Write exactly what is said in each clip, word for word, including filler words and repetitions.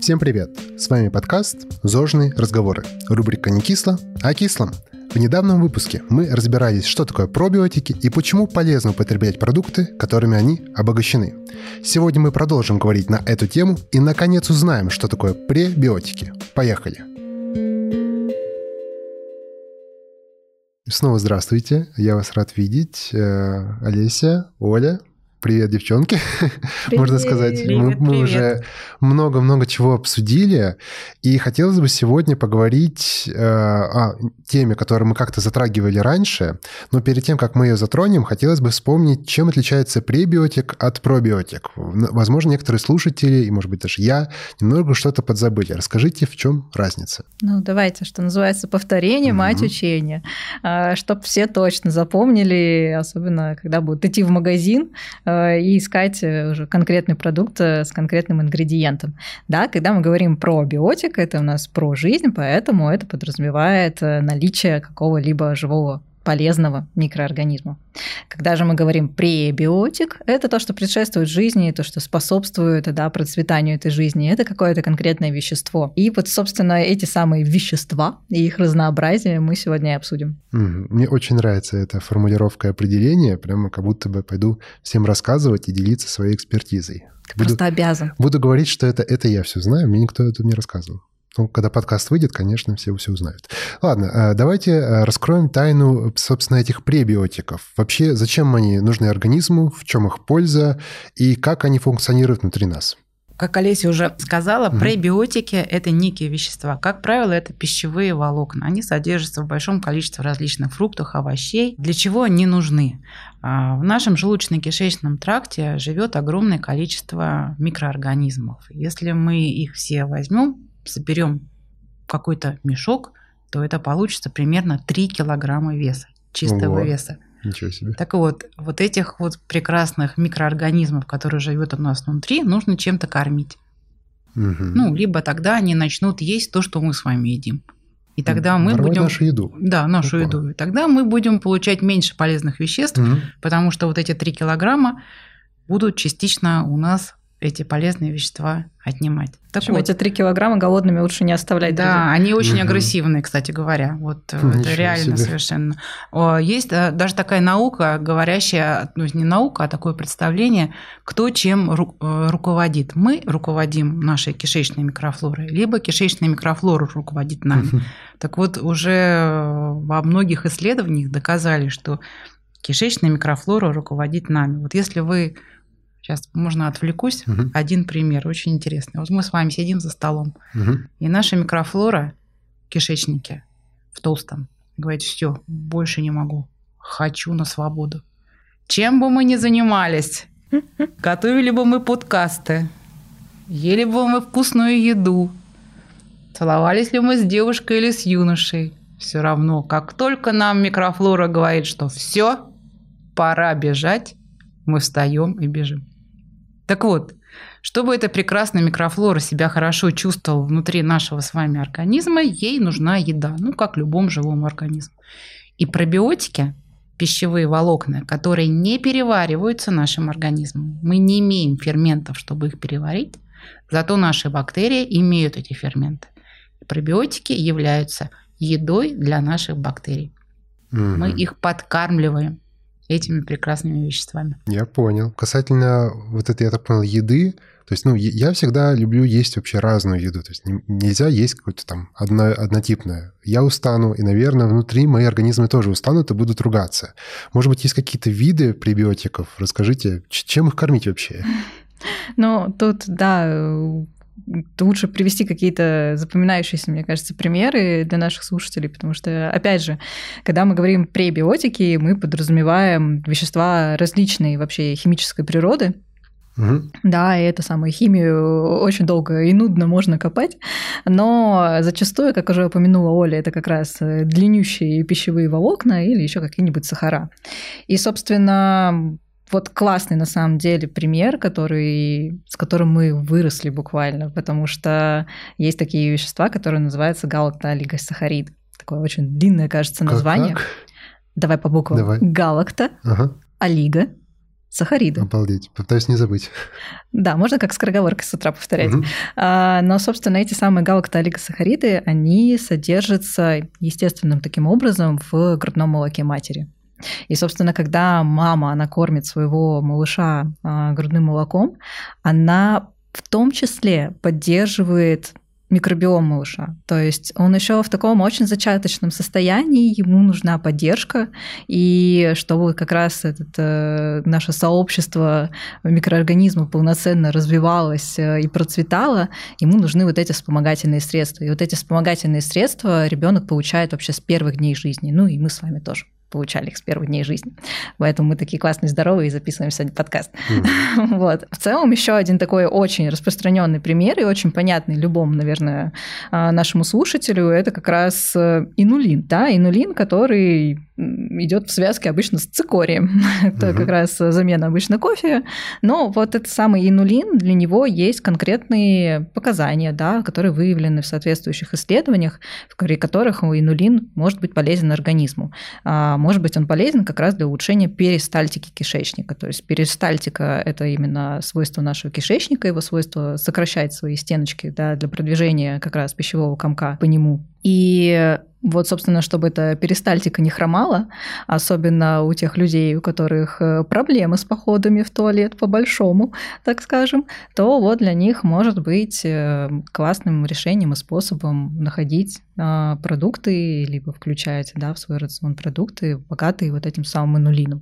Всем привет! С вами подкаст «Зожные разговоры». Рубрика «Не кисло, а кислом». В недавнем выпуске мы разбирались, что такое пробиотики и почему полезно употреблять продукты, которыми они обогащены. Сегодня мы продолжим говорить на эту тему и, наконец, узнаем, что такое пребиотики. Поехали! Снова здравствуйте, я вас рад видеть. Олеся, Оля. Привет, девчонки, привет, можно сказать. Привет, мы, мы привет. уже много-много чего обсудили, и хотелось бы сегодня поговорить э, о теме, которую мы как-то затрагивали раньше, но перед тем, как мы ее затронем, хотелось бы вспомнить, чем отличается пребиотик от пробиотик. Возможно, некоторые слушатели, и, может быть, даже я, немного что-то подзабыли. Расскажите, в чем разница? Ну, давайте, что называется, повторение, mm-hmm. мать учения. Чтобы все точно запомнили, особенно когда будут идти в магазин, и искать уже конкретный продукт с конкретным ингредиентом. Да, когда мы говорим про биотик, это у нас про жизнь, поэтому это подразумевает наличие какого-либо живого полезного микроорганизма. Когда же мы говорим пребиотик, это то, что предшествует жизни, то, что способствует да, процветанию этой жизни, это какое-то конкретное вещество. И вот, собственно, эти самые вещества и их разнообразие мы сегодня и обсудим. Мне очень нравится эта формулировка определения, прямо как будто бы пойду всем рассказывать и делиться своей экспертизой. Ты буду, просто обязан. Буду говорить, что это, это я все знаю, мне никто это не рассказывал. Ну, когда подкаст выйдет, конечно, все все узнают. Ладно, давайте раскроем тайну, собственно, этих пребиотиков. Вообще, зачем они нужны организму, в чем их польза и как они функционируют внутри нас? Как Олеся уже сказала, mm-hmm. пребиотики – это некие вещества. Как правило, это пищевые волокна. Они содержатся в большом количестве различных фруктов, овощей. Для чего они нужны? В нашем желудочно-кишечном тракте живет огромное количество микроорганизмов. Если мы их все возьмем, соберем какой-то мешок, то это получится примерно три килограмма веса, чистого Ого, веса. Ничего себе. Так вот, вот этих вот прекрасных микроорганизмов, которые живут у нас внутри, нужно чем-то кормить. Угу. Ну, либо тогда они начнут есть то, что мы с вами едим. И тогда мы Воровать будем... нашу еду. Да, нашу Опа. еду. И тогда мы будем получать меньше полезных веществ, угу. потому что вот эти три килограмма будут частично у нас эти полезные вещества отнимать. Так вот, эти три килограмма голодными лучше не оставлять. Да, друзья. они очень угу. агрессивные, кстати говоря. Вот Ничего это реально себе. совершенно. Есть даже такая наука, говорящая, ну не наука, а такое представление, кто чем ру- руководит. Мы руководим нашей кишечной микрофлорой, либо кишечная микрофлора руководит нами. Так вот, уже во многих исследованиях доказали, что кишечная микрофлора руководит нами. Вот если вы... Сейчас, можно отвлекусь. Uh-huh. Один пример, очень интересный. Вот мы с вами сидим за столом, uh-huh. и наша микрофлора в кишечнике, в толстом, говорит, все, больше не могу, хочу на свободу. Чем бы мы ни занимались, готовили бы мы подкасты, ели бы мы вкусную еду, целовались ли мы с девушкой или с юношей, все равно, как только нам микрофлора говорит, что все, пора бежать, мы встаем и бежим. Так вот, чтобы эта прекрасная микрофлора себя хорошо чувствовала внутри нашего с вами организма, ей нужна еда, ну, как любому живому организму. И пробиотики, пищевые волокна, которые не перевариваются нашим организмом, мы не имеем ферментов, чтобы их переварить, зато наши бактерии имеют эти ферменты. И пробиотики являются едой для наших бактерий. Угу. Мы их подкармливаем этими прекрасными веществами. Я понял. Касательно вот этой, я так понял, еды, то есть, ну, я всегда люблю есть вообще разную еду, то есть нельзя есть какое-то там одно, однотипное. Я устану, и, наверное, внутри мои организмы тоже устанут и будут ругаться. Может быть, есть какие-то виды пребиотиков? Расскажите, чем их кормить вообще? Ну, тут, да... Лучше привести какие-то запоминающиеся, мне кажется, примеры для наших слушателей, потому что, опять же, когда мы говорим пребиотики, мы подразумеваем вещества различной вообще химической природы. Угу. Да, и эту самую химию очень долго и нудно можно копать, но зачастую, как уже упомянула Оля, это как раз длиннющие пищевые волокна или еще какие-нибудь сахара. И, собственно, вот классный на самом деле пример, который, с которым мы выросли буквально, потому что есть такие вещества, которые называются галактоолигосахарид. Такое очень длинное, кажется, название. Как? Давай по буквам. Давай. Галакта, ага. олиго, сахариды. Обалдеть, пытаюсь не забыть. Да, можно как скороговоркой с утра повторять. Угу. А, но, собственно, эти самые галактоолигосахариды, они содержатся естественным таким образом в грудном молоке матери. И, собственно, когда мама, она кормит своего малыша а, грудным молоком, она в том числе поддерживает микробиом малыша. То есть он еще в таком очень зачаточном состоянии, ему нужна поддержка, и чтобы как раз это, наше сообщество микроорганизмов полноценно развивалось и процветало, ему нужны вот эти вспомогательные средства. И вот эти вспомогательные средства ребенок получает вообще с первых дней жизни. Ну и мы с вами тоже получали их с первых дней жизни. Поэтому мы такие классные, здоровые и записываем сегодня подкаст. Mm-hmm. Вот. В целом, еще один такой очень распространенный пример и очень понятный любому, наверное, нашему слушателю, это как раз инулин. Да? Инулин, который идет в связке обычно с цикорием. Это mm-hmm. как раз замена обычно кофе. Но вот этот самый инулин, для него есть конкретные показания, да, которые выявлены в соответствующих исследованиях, в которых инулин может быть полезен организму. Может быть, он полезен как раз для улучшения перистальтики кишечника. То есть перистальтика – это именно свойство нашего кишечника, его свойство сокращать свои стеночки, да, для продвижения как раз пищевого комка по нему. И вот, собственно, чтобы эта перистальтика не хромала, особенно у тех людей, у которых проблемы с походами в туалет по-большому, так скажем, то вот для них может быть классным решением и способом находить продукты, либо включать, да, в свой рацион продукты, богатые вот этим самым инулином.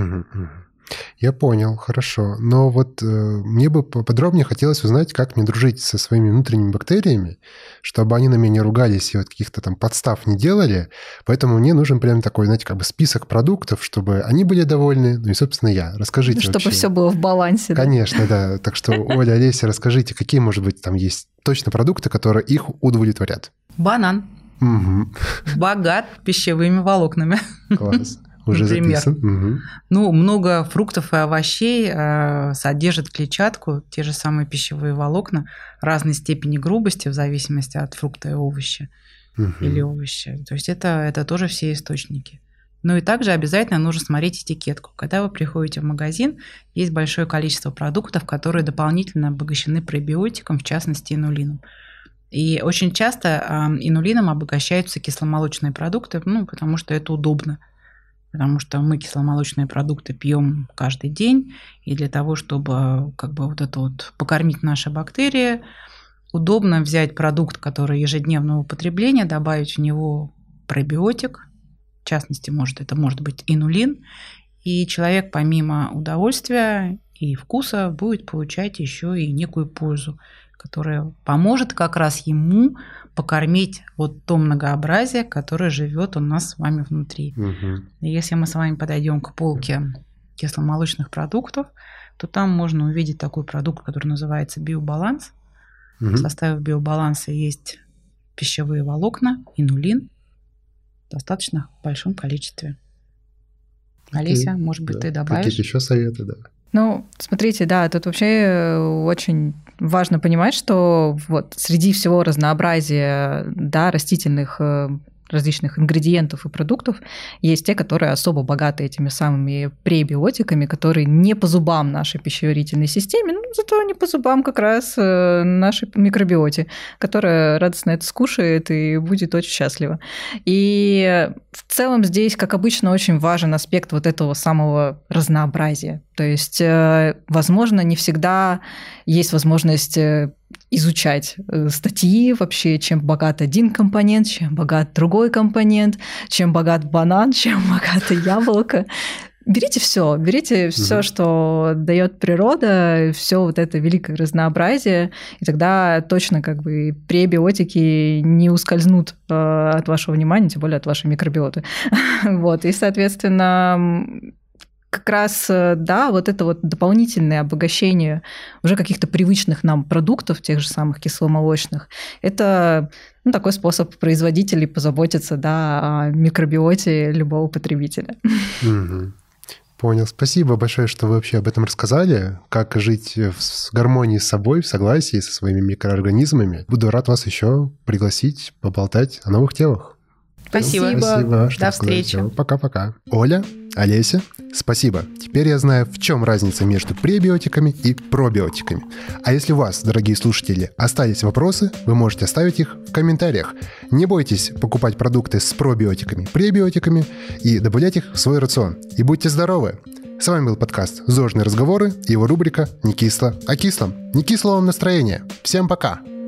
Я понял, хорошо. Но вот э, мне бы поподробнее хотелось узнать, как мне дружить со своими внутренними бактериями, чтобы они на меня не ругались и вот каких-то там подстав не делали. Поэтому мне нужен прям такой, знаете, как бы список продуктов, чтобы они были довольны, ну и, собственно, я. Расскажите чтобы вообще. Все было в балансе. Конечно, да. да. Так что, Оля, Олеся, расскажите, какие, может быть, там есть точно продукты, которые их удовлетворят? Банан. Угу. Богат пищевыми волокнами. Класс. Уже например. Записан. Угу. Ну, много фруктов и овощей э, содержат клетчатку, те же самые пищевые волокна разной степени грубости в зависимости от фрукта и овоща угу. или овоща. То есть это, это тоже все источники. Ну и также обязательно нужно смотреть этикетку. Когда вы приходите в магазин, есть большое количество продуктов, которые дополнительно обогащены пробиотиком, в частности инулином. И очень часто э, инулином обогащаются кисломолочные продукты, ну, потому что это удобно. Потому что мы кисломолочные продукты пьем каждый день, и для того, чтобы как бы вот это вот покормить наши бактерии, удобно взять продукт, который ежедневного употребления, добавить в него пробиотик, в частности, может, это может быть инулин, и человек помимо удовольствия и вкуса будет получать еще и некую пользу, которая поможет как раз ему покормить вот то многообразие, которое живет у нас с вами внутри. Угу. И если мы с вами подойдем к полке кисломолочных продуктов, то там можно увидеть такой продукт, который называется биобаланс. Угу. В составе биобаланса есть пищевые волокна, инулин в достаточно большом количестве. Олеся, okay. может быть, да. ты добавишь? Какие еще советы, да? Ну, смотрите, да, тут вообще очень важно понимать, что вот среди всего разнообразия, да, растительных различных ингредиентов и продуктов есть те, которые особо богаты этими самыми пребиотиками, которые не по зубам нашей пищеварительной системе, но зато не по зубам как раз нашей микробиоте, которая радостно это скушает и будет очень счастлива. И в целом здесь, как обычно, очень важен аспект вот этого самого разнообразия. То есть, возможно, не всегда есть возможность изучать статьи вообще, чем богат один компонент, чем богат другой компонент, чем богат банан, чем богато яблоко. Берите все, берите все, угу. что дает природа, все вот это великое разнообразие, и тогда точно как бы пребиотики не ускользнут от вашего внимания, тем более от вашей микробиоты. Вот, и, соответственно, как раз, да, вот это вот дополнительное обогащение уже каких-то привычных нам продуктов, тех же самых кисломолочных, это ну, такой способ производителей позаботиться, да, о микробиоте любого потребителя. Угу. Понял. Спасибо большое, что вы вообще об этом рассказали, как жить в гармонии с собой, в согласии со своими микроорганизмами. Буду рад вас еще пригласить, поболтать о новых темах. Спасибо. Спасибо. До встречи. Пока-пока. Оля, Олеся, спасибо. Теперь я знаю, в чем разница между пребиотиками и пробиотиками. А если у вас, дорогие слушатели, остались вопросы, вы можете оставить их в комментариях. Не бойтесь покупать продукты с пробиотиками, пребиотиками и добавлять их в свой рацион. И будьте здоровы! С вами был подкаст «Зожные разговоры» и его рубрика «Не кисло, а кислом». Не кислого вам настроения. Всем пока!